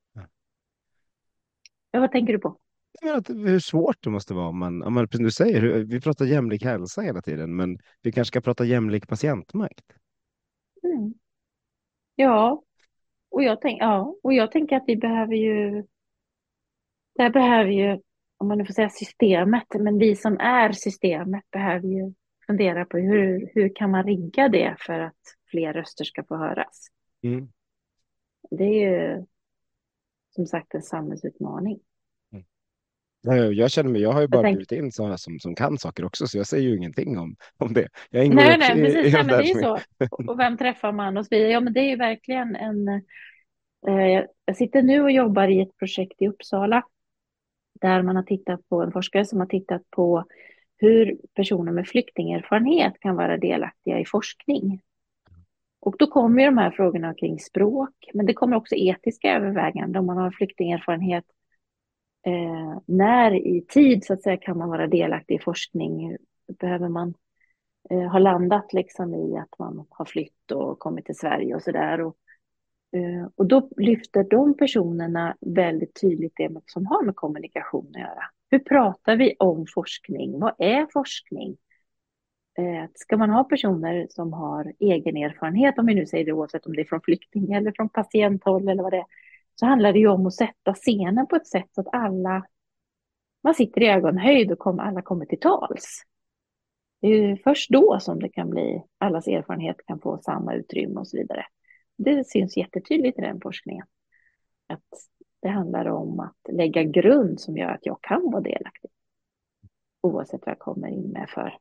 S3: ja, vad tänker du på?
S2: jag menar att hur svårt det måste vara om man, om man precis du säger, hur- vi pratar jämlik hälsa hela tiden, men vi kanske ska prata jämlik patientmakt.
S3: Mm. Ja, och jag, tänk, ja, och jag tänker att vi behöver ju, det här behöver ju, om man nu får säga systemet, men vi som är systemet behöver ju fundera på hur, hur kan man rigga det för att fler röster ska få höras.
S2: Mm.
S3: Det är ju som sagt en samhällsutmaning.
S2: Ja, Jag, jag känner mig, jag har ju
S3: Jag
S2: bara
S3: tänk,
S2: bjudit in sådana som, som kan saker också, så jag säger ju ingenting om, om det. Jag ingår ju
S3: nej,
S2: också
S3: nej,
S2: i, i
S3: precis, nej,
S2: de
S3: men
S2: där
S3: det är
S2: som är...
S3: så. Och och vem träffar man och så vidare. Ja, men det är ju verkligen en, eh, jag sitter nu och jobbar i ett projekt i Uppsala där man har tittat på en forskare som har tittat på hur personer med flyktingerfarenhet kan vara delaktiga i forskning. Och då kommer ju de här frågorna kring språk, men det kommer också etiska överväganden om man har flyktingerfarenhet. Eh, när i tid så att säga kan man vara delaktig i forskning? Behöver man eh, ha landat liksom i att man har flytt och kommit till Sverige och sådär. Och, eh, och då lyfter de personerna väldigt tydligt det som har med kommunikation att göra. Hur pratar vi om forskning? Vad är forskning? Eh, ska man ha personer som har egen erfarenhet, om vi nu säger det oavsett om det är från flykting eller från patienthåll eller vad det är, så handlar det ju om att sätta scenen på ett sätt så att alla, man sitter i ögonhöjd och kom, alla kommer till tals. Det är ju först då som det kan bli, allas erfarenhet kan få samma utrymme och så vidare. Det syns jättetydligt i den forskningen. Att det handlar om att lägga grund som gör att jag kan vara delaktig. Oavsett vad jag kommer in med för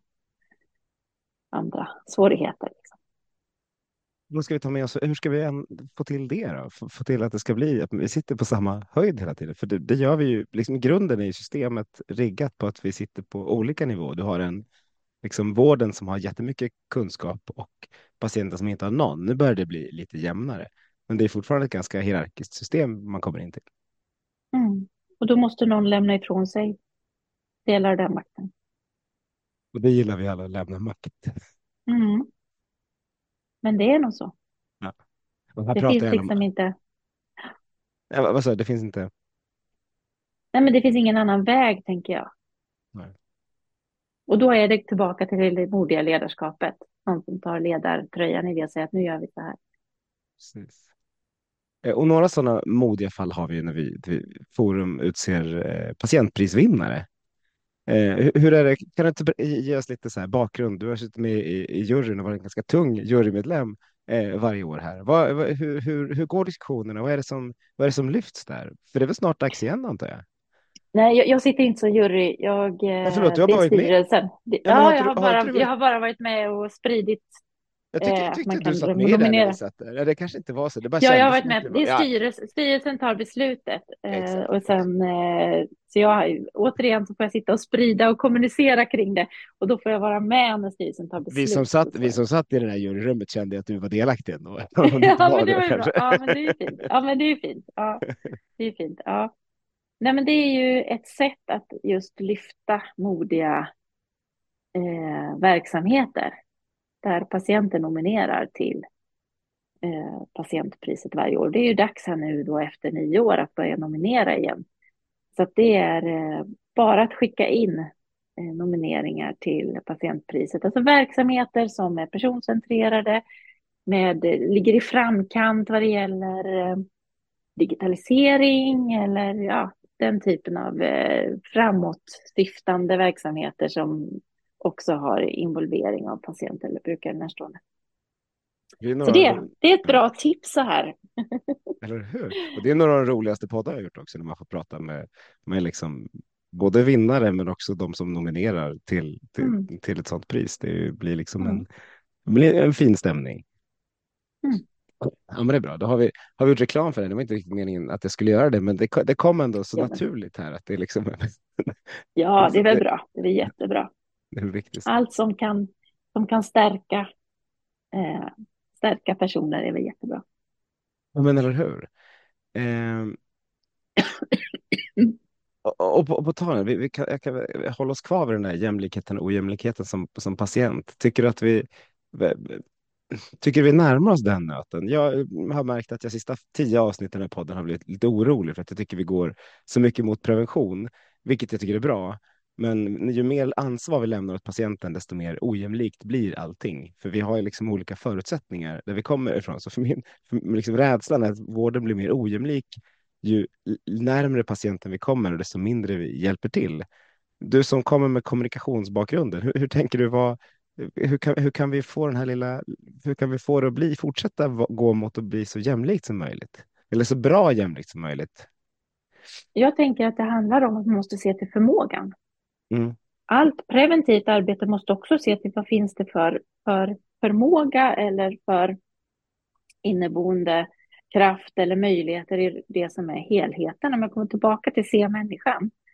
S3: andra svårigheter. Liksom.
S2: Då ska vi ta med oss, hur ska vi än få till det då? Få, få till att det ska bli att vi sitter på samma höjd hela tiden. För det, det gör vi ju, liksom i grunden är ju systemet riggat på att vi sitter på olika nivåer. Du har en, liksom vården som har jättemycket kunskap och patienter som inte har någon. Nu börjar det bli lite jämnare. Men det är fortfarande ett ganska hierarkiskt system man kommer in till.
S3: Mm. Och då måste någon lämna ifrån sig delar av den makten.
S2: Och det gillar vi alla, att lämna makt.
S3: Mm. Men det är nog så.
S2: Ja. Och här
S3: Det
S2: pratar
S3: finns
S2: jag
S3: liksom
S2: om...
S3: inte...
S2: Ja, vad, vad sa du? Det finns inte...
S3: Nej, men det finns ingen annan väg, tänker jag.
S2: Nej.
S3: Och då är det tillbaka till det modiga ledarskapet. Någon som tar ledartröjan i det och säger att nu gör vi så här.
S2: Precis. Eh, Och några sådana modiga fall har vi när vi, vi Forum utser eh, patientprisvinnare. Eh, hur, hur är det? Kan du inte ber- ge oss lite så här bakgrund? Du har suttit med i, i juryn och varit en ganska tung jurymedlem eh, varje år här. Vad, vad, hur, hur, hur går diskussionerna? Vad är det som, vad är det som lyfts där? För det är väl snart dags igen, antar jag?
S3: Nej, jag, jag sitter inte som jury. Jag,
S2: Nej,
S3: eh,
S2: förlåt, du har
S3: det
S2: bara
S3: är
S2: varit med.
S3: styrelsen. Det,
S2: Ja, men har
S3: ja,
S2: inte
S3: jag
S2: du-
S3: har,
S2: har
S3: bara,
S2: inte du
S3: jag
S2: varit-
S3: har bara varit med och spridit
S2: Jag
S3: eh,
S2: tycker,
S3: att
S2: tyckte
S3: man
S2: du
S3: kan
S2: satt med där när
S3: nominera.
S2: vi satt där. Ja, det kanske inte var så. Det bara
S3: Ja, jag har
S2: kändes
S3: varit
S2: som att
S3: med. Det är
S2: var- ja,
S3: styrelsen, styrelsen tar beslutet. Eh,
S2: Exakt,
S3: och sen, eh, så jag, återigen så får jag sitta och sprida och kommunicera kring det. Och då får jag vara med när styrelsen tar beslutet.
S2: vi som, satt, vi som satt i det där juryrummet kände att du var delaktig ändå. Om du inte
S3: Ja,
S2: var
S3: men det var ju bra.
S2: kanske.
S3: Ja, men det är ju fint. Ja, men det är ju fint. Ja, det är fint. Ja. Nej, men det är ju ett sätt att just lyfta modiga eh, verksamheter där patienter nominerar till eh, patientpriset varje år. Det är ju dags här nu då efter nio år att börja nominera igen. Så att det är eh, bara att skicka in eh, nomineringar till patientpriset. Alltså verksamheter som är personcentrerade, med, ligger i framkant vad det gäller eh, digitalisering eller ja, den typen av eh, framåtsyftande verksamheter som också har involvering av patient eller brukare närstående.
S2: Det är
S3: Så
S2: några,
S3: det, det är ett bra tips så här.
S2: eller hur? Och det är några av de roligaste poddar jag har gjort också, när man får prata med, med liksom både vinnare men också de som nominerar till, till,
S3: Mm.
S2: till ett sånt pris. Det blir liksom
S3: Mm.
S2: en, det blir en fin stämning.
S3: Mm.
S2: Ja, men det är bra. Då har vi, har vi gjort reklam för det. Det var inte riktigt meningen att jag skulle göra det, men det, det kom ändå så
S3: Ja, men-
S2: naturligt här att det är liksom
S3: Ja, det är väl bra. Det är jättebra.
S2: det är viktigt.
S3: Allt som kan, som kan stärka, eh, stärka personer är väl jättebra.
S2: Ja, men eller hur? Ehm, och, och, på, och på tal, vi, vi kan, jag kan hålla oss kvar vid den här jämlikheten och ojämlikheten som, som patient. Tycker du att vi tycker vi närmar oss den nöten? Jag har märkt att jag sista tio avsnitten i den här podden har blivit lite orolig för att jag tycker vi går så mycket mot prevention, vilket jag tycker är bra. Men ju mer ansvar vi lämnar åt patienten, desto mer ojämlikt blir allting. För vi har ju liksom olika förutsättningar där vi kommer ifrån. Så för min för liksom rädslan är att vården blir mer ojämlik ju närmare patienten vi kommer och desto mindre vi hjälper till. Du som kommer med kommunikationsbakgrunden, hur, hur tänker du vad, hur kan, hur kan vi få den här lilla, hur kan vi få det att bli, fortsätta gå mot att bli så jämlikt som möjligt? Eller så bra jämlikt som möjligt?
S3: Jag tänker att det handlar om att man måste se till förmågan.
S2: Mm.
S3: Allt preventivt arbete måste också se till vad finns det för, för förmåga eller för inneboende kraft eller möjligheter i det som är helheten. När man kommer tillbaka till se människan.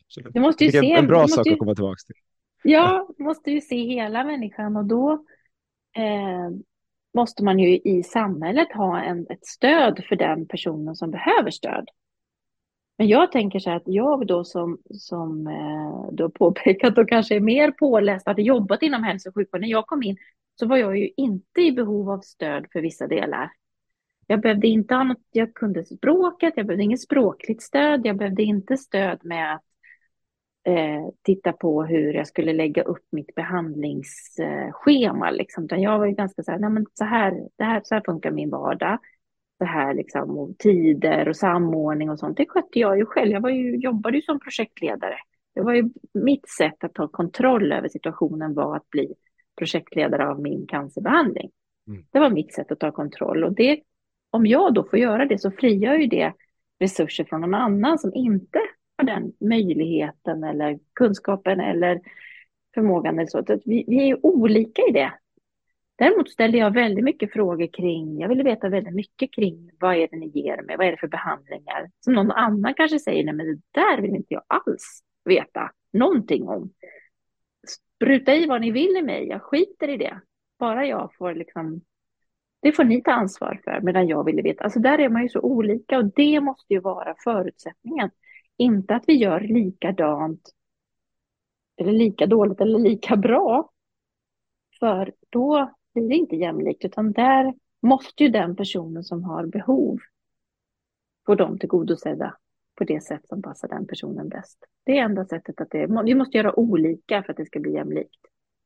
S3: Du måste ju
S2: Det är
S3: se,
S2: en, en bra
S3: du
S2: sak
S3: måste ju,
S2: att komma tillbaka till.
S3: ja, du måste ju se hela människan och då eh, måste man ju i samhället ha en, ett stöd för den personen som behöver stöd. Men jag tänker så här att jag då som, som eh, du har påpekat och kanske är mer påläst, hade jobbat inom hälso och sjukvård. När jag kom in så var jag ju inte i behov av stöd för vissa delar. Jag behövde inte ha något, jag kunde språket, jag behövde inget språkligt stöd, jag behövde inte stöd med att eh, titta på hur jag skulle lägga upp mitt behandlingsschema. Liksom. Utan jag var ju ganska så här, nej men så här, det här, så här funkar min vardag. Så här liksom, och tider och samordning och sånt. Det skötte jag ju själv. Jag var ju, jobbade ju som projektledare. Det var ju mitt sätt att ta kontroll över situationen var att bli projektledare av min cancerbehandling.
S2: Mm.
S3: Det var mitt sätt att ta kontroll. Och det, om jag då får göra det så frigör ju det resurser från någon annan som inte har den möjligheten eller kunskapen eller förmågan. Eller så. Så vi, vi är ju olika i det. Däremot ställde jag väldigt mycket frågor kring, jag ville veta väldigt mycket kring vad är det ni ger mig, vad är det för behandlingar? Som någon annan kanske säger, nej men det där vill inte jag alls veta någonting om. Spruta i vad ni vill i mig, jag skiter i det. Bara jag får liksom, det får ni ta ansvar för, medan jag ville veta. Alltså där är man ju så olika och det måste ju vara förutsättningen. Inte att vi gör likadant, eller lika dåligt eller lika bra. För då blir det inte jämlikt, utan där måste ju den personen som har behov få dem tillgodosedda på det sätt som passar den personen bäst. Det är enda sättet att det, vi måste göra olika för att det ska bli jämlikt.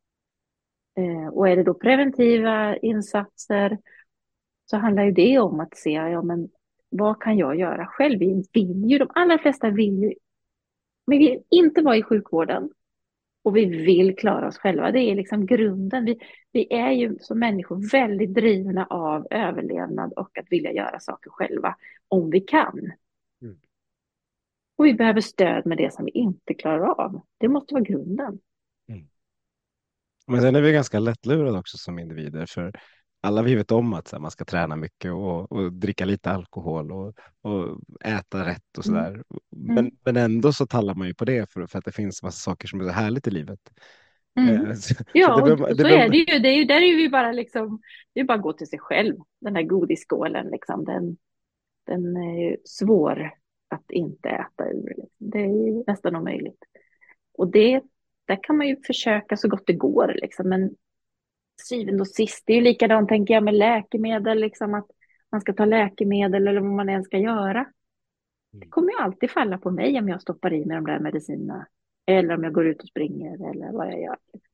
S3: Eh, och är det då preventiva insatser så handlar ju det om att se, ja men vad kan jag göra själv? Vi vill ju, de allra flesta vill ju, men vi vill inte vara i sjukvården. Och vi vill klara oss själva. Det är liksom grunden. Vi, vi är ju som människor väldigt drivna av överlevnad och att vilja göra saker själva om vi kan.
S2: Mm.
S3: Och vi behöver stöd med det som vi inte klarar av. Det måste vara grunden.
S2: Mm. Men sen är vi ganska lättlurade också som individer, för alla vi vet om att så här, man ska träna mycket och, och dricka lite alkohol och, och äta rätt och sådär. Mm. Men,
S3: Mm.
S2: men ändå så tallar man ju på det för, för att det finns massa saker som är så härligt i livet.
S3: Mm.
S2: Eh, så,
S3: ja,
S2: så det
S3: och
S2: bör,
S3: så
S2: det bör...
S3: är det ju. Det är ju. Där är vi bara liksom, det är bara att gå till sig själv. Den här godisskålen liksom, den, den är ju svår att inte äta ur. Det är ju nästan omöjligt. Och det, där kan man ju försöka så gott det går liksom, men syvende och sist, det är ju likadant tänker jag med läkemedel, liksom att man ska ta läkemedel eller vad man än ska göra. Det kommer ju alltid falla på mig om jag stoppar i mig de där medicinerna. Eller om jag går ut och springer eller vad jag gör.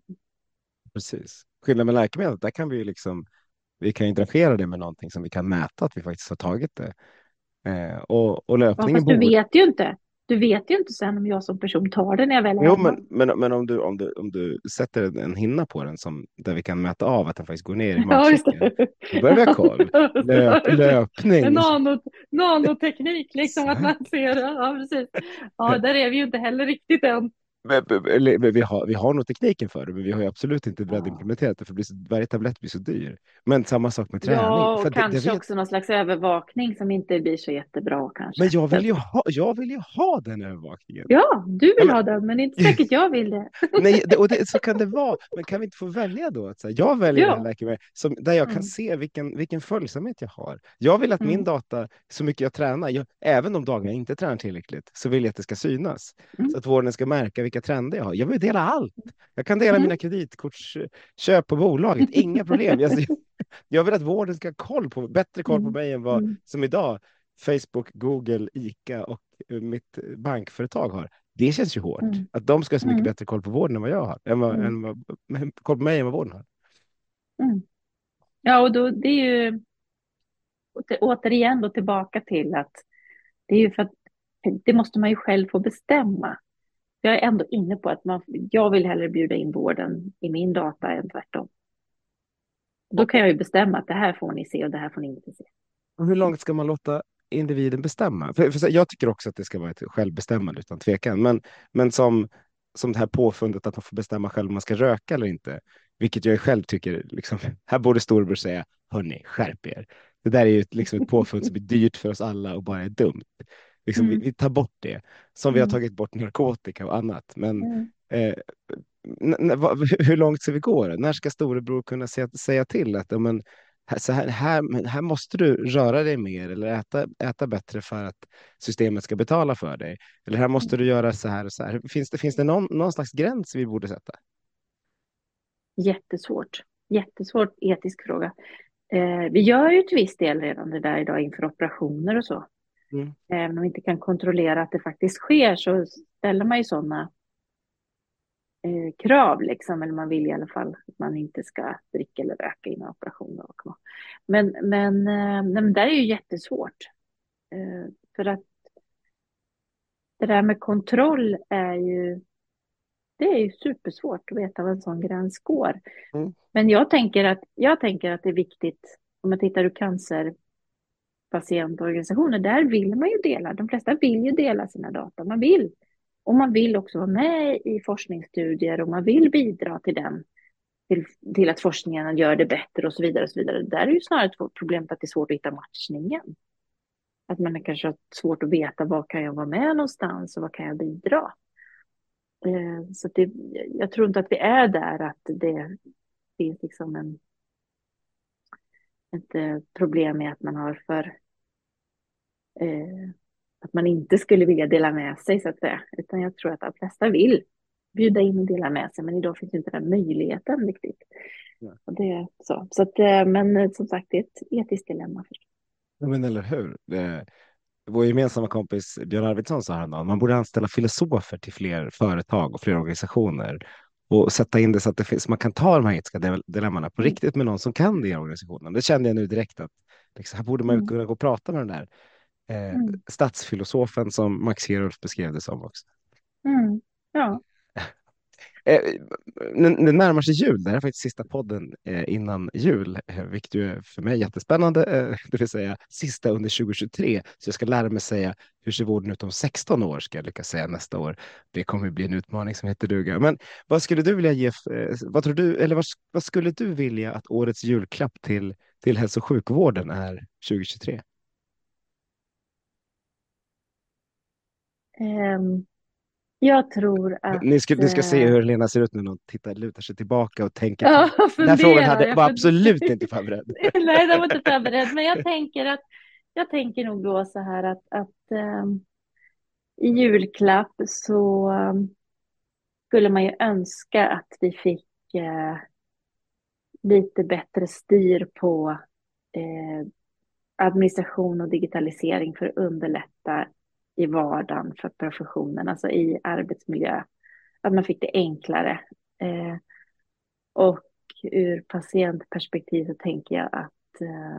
S2: Precis. Skillnad med läkemedel, där kan vi ju liksom, vi kan interagera det med någonting som vi kan mäta att vi faktiskt har tagit det. Eh, och, och löpningen...
S3: Ja, fast du vet ju inte. Du vet ju inte sen om jag som person tar det när jag väl är
S2: Jo,
S3: hemma.
S2: men, men, men om, du, om, du, om du sätter en hinna på den som, där vi kan mäta av att den faktiskt går ner i
S3: Ja, just
S2: magsäcken,
S3: det.
S2: då börjar vi ha koll. Löp, löpning.
S3: En nanot, nanoteknik, liksom att man ser. Ja, precis. Ja, där är vi ju inte heller riktigt än.
S2: Vi, vi, har, vi har nog tekniken för det, men vi har ju absolut inte börjat
S3: Ja.
S2: implementera det, för det blir så, varje tablett blir så dyr. Men samma sak med träning.
S3: Ja, och
S2: för
S3: kanske
S2: det, det vet...
S3: också någon slags övervakning som inte blir så jättebra kanske.
S2: Men jag vill ju ha, jag vill ju ha den övervakningen.
S3: Ja, du vill
S2: ja, men...
S3: ha den, men inte säkert jag vill det.
S2: Nej, det, och det, så kan det vara. Men kan vi inte få välja då? Att, så här, jag väljer
S3: Ja.
S2: det här läkemedlet som, där jag kan
S3: Mm.
S2: se vilken, vilken följsamhet jag har. Jag vill att
S3: Mm.
S2: min data, så mycket jag tränar, jag, även de dagar jag inte tränar tillräckligt, så vill jag att det ska synas.
S3: Mm.
S2: Så att vården ska märka vilka trender jag har. Jag vill dela allt. Jag kan dela
S3: Mm.
S2: mina kreditkortsköp på bolaget. Inga problem. Jag, jag vill att vården ska ha koll på, bättre koll på mig än vad
S3: Mm.
S2: som idag Facebook, Google, ICA och mitt bankföretag har. Det känns ju hårt.
S3: Mm.
S2: Att de ska ha så mycket
S3: Mm.
S2: bättre koll på vården än vad jag har. Än vad,
S3: Mm.
S2: än vad, koll på mig än vad vården har.
S3: Mm. Ja, och då det är ju återigen då tillbaka till att det är ju för att det måste man ju själv få bestämma. Jag är ändå inne på att man, jag vill hellre bjuda in vården i min data än tvärtom. Då kan jag ju bestämma att det här får ni se och det här får ni inte se.
S2: Och hur långt ska man låta individen bestämma? För, för jag tycker också att det ska vara ett självbestämmande utan tvekan. Men, men som, som det här påfundet att man får bestämma själv om man ska röka eller inte. Vilket jag själv tycker, liksom, här borde storebror säga, hörni, skärp er. Det där är ju liksom ett påfund som är dyrt för oss alla och bara är dumt. Liksom,
S3: Mm.
S2: vi, vi tar bort det. Som vi har tagit bort narkotika och annat. Men
S3: Mm.
S2: eh, n- n- vad- hur långt ska vi gå då? När ska storebror kunna säga, säga till att ja, men, här, så här, här, här måste du röra dig mer eller äta, äta bättre för att systemet ska betala för dig. Eller här måste du göra så här och så här. Finns det, finns det någon, någon slags gräns vi borde sätta?
S3: Jättesvårt. Jättesvårt etisk fråga. Eh, vi gör ju till viss del redan det där idag inför operationer och så.
S2: Mm.
S3: Även om vi inte kan kontrollera att det faktiskt sker så ställer man ju sådana eh, krav liksom. Eller man vill i alla fall att man inte ska dricka eller röka innan operationer. Men, men, eh, men det är ju jättesvårt. Eh, för att det där med kontroll är ju, det är ju supersvårt att veta var en sån gräns går.
S2: Mm.
S3: Men jag tänker att, jag tänker att det är viktigt, om man tittar ur cancerpatientorganisationer, där vill man ju dela, de flesta vill ju dela sina data, man vill. Och man vill också vara med i forskningsstudier och man vill bidra till den, till, till att forskningen gör det bättre och så vidare. Och så vidare. Där är ju snarare problemet att det är svårt att hitta matchningen. Att man kanske har svårt att veta var kan jag vara med någonstans och vad kan jag bidra. Eh, så det, jag tror inte att vi är där att det finns liksom en, ett problem med att man har för eh, att man inte skulle vilja dela med sig så att säga. Utan jag tror att de flesta vill bjuda in och dela med sig, men idag finns inte den möjligheten riktigt. Ja. Och det är så. Så att, men som sagt, det är ett etiskt dilemma.
S2: Ja, men eller hur? Det, vår gemensamma kompis Björn Arvidsson sa häromdagen, man borde anställa filosofer till fler företag och fler organisationer och sätta in det så att det finns, man kan ta de här etiska dilemmana på mm. riktigt med någon som kan det i organisationen. Det kände jag nu direkt att liksom, här borde man mm. kunna gå och prata med den där eh, mm. statsfilosofen som Max Herulf beskrev det som också.
S3: Mm. Ja.
S2: Det närmar sig jul. Det här är faktiskt sista podden innan jul, vilket är för mig jättespännande. Det vill säga sista under tjugo tjugotre. Så jag ska lära mig säga hur ser vården ut om sexton år, ska jag lyckas säga nästa år. Det kommer bli en utmaning som heter duga. Men vad skulle du vilja ge, vad tror du, eller vad, vad skulle du vilja att årets julklapp till, till hälso- och sjukvården är tjugo tjugotre?
S3: Um... Jag tror att...
S2: Ni ska, ni ska se hur Lena ser ut när hon tittar, lutar sig tillbaka och tänker.
S3: Ja,
S2: på. Den här frågan hade, var absolut inte förberedd.
S3: Nej, den var inte förberedd. Men jag tänker att jag tänker nog då så här att, att um, i julklapp så um, skulle man ju önska att vi fick uh, lite bättre styr på uh, administration och digitalisering för att underlätta i vardagen för professionen, alltså i arbetsmiljö. Att man fick det enklare. Eh, och ur patientperspektiv så tänker jag att, eh,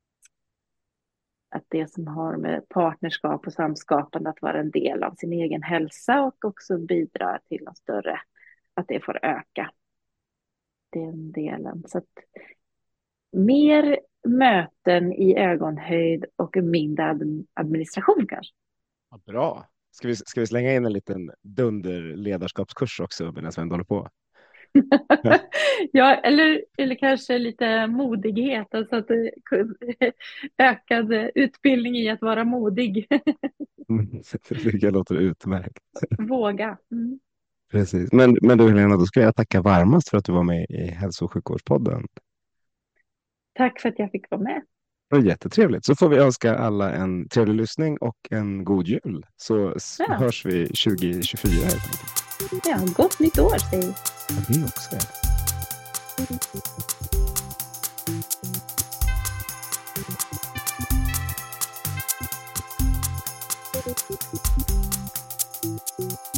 S3: att det som har med partnerskap och samskapande att vara en del av sin egen hälsa och också bidra till något större, att det får öka. Den delen. Så att mer möten i ögonhöjd och mindre administration kanske.
S2: Ja, bra. Ska vi, ska vi slänga in en liten dunderledarskapskurs också medan vi ändå håller på?
S3: Ja, ja eller, eller kanske lite modighet. Alltså att ökad utbildning i att vara modig.
S2: Det låter utmärkt.
S3: Våga. Mm.
S2: Precis. Men, men du Helena, då ska jag tacka varmast för att du var med i Hälso- och sjukvårdspodden.
S3: Tack för att jag fick vara med.
S2: Det var jättetrevligt. Så får vi önska alla en trevlig lyssning och en god jul. Så ja. hörs vi tjugo tjugofyra.
S3: Ja, gott nytt år säger vi.
S2: Ja, det också. Ja.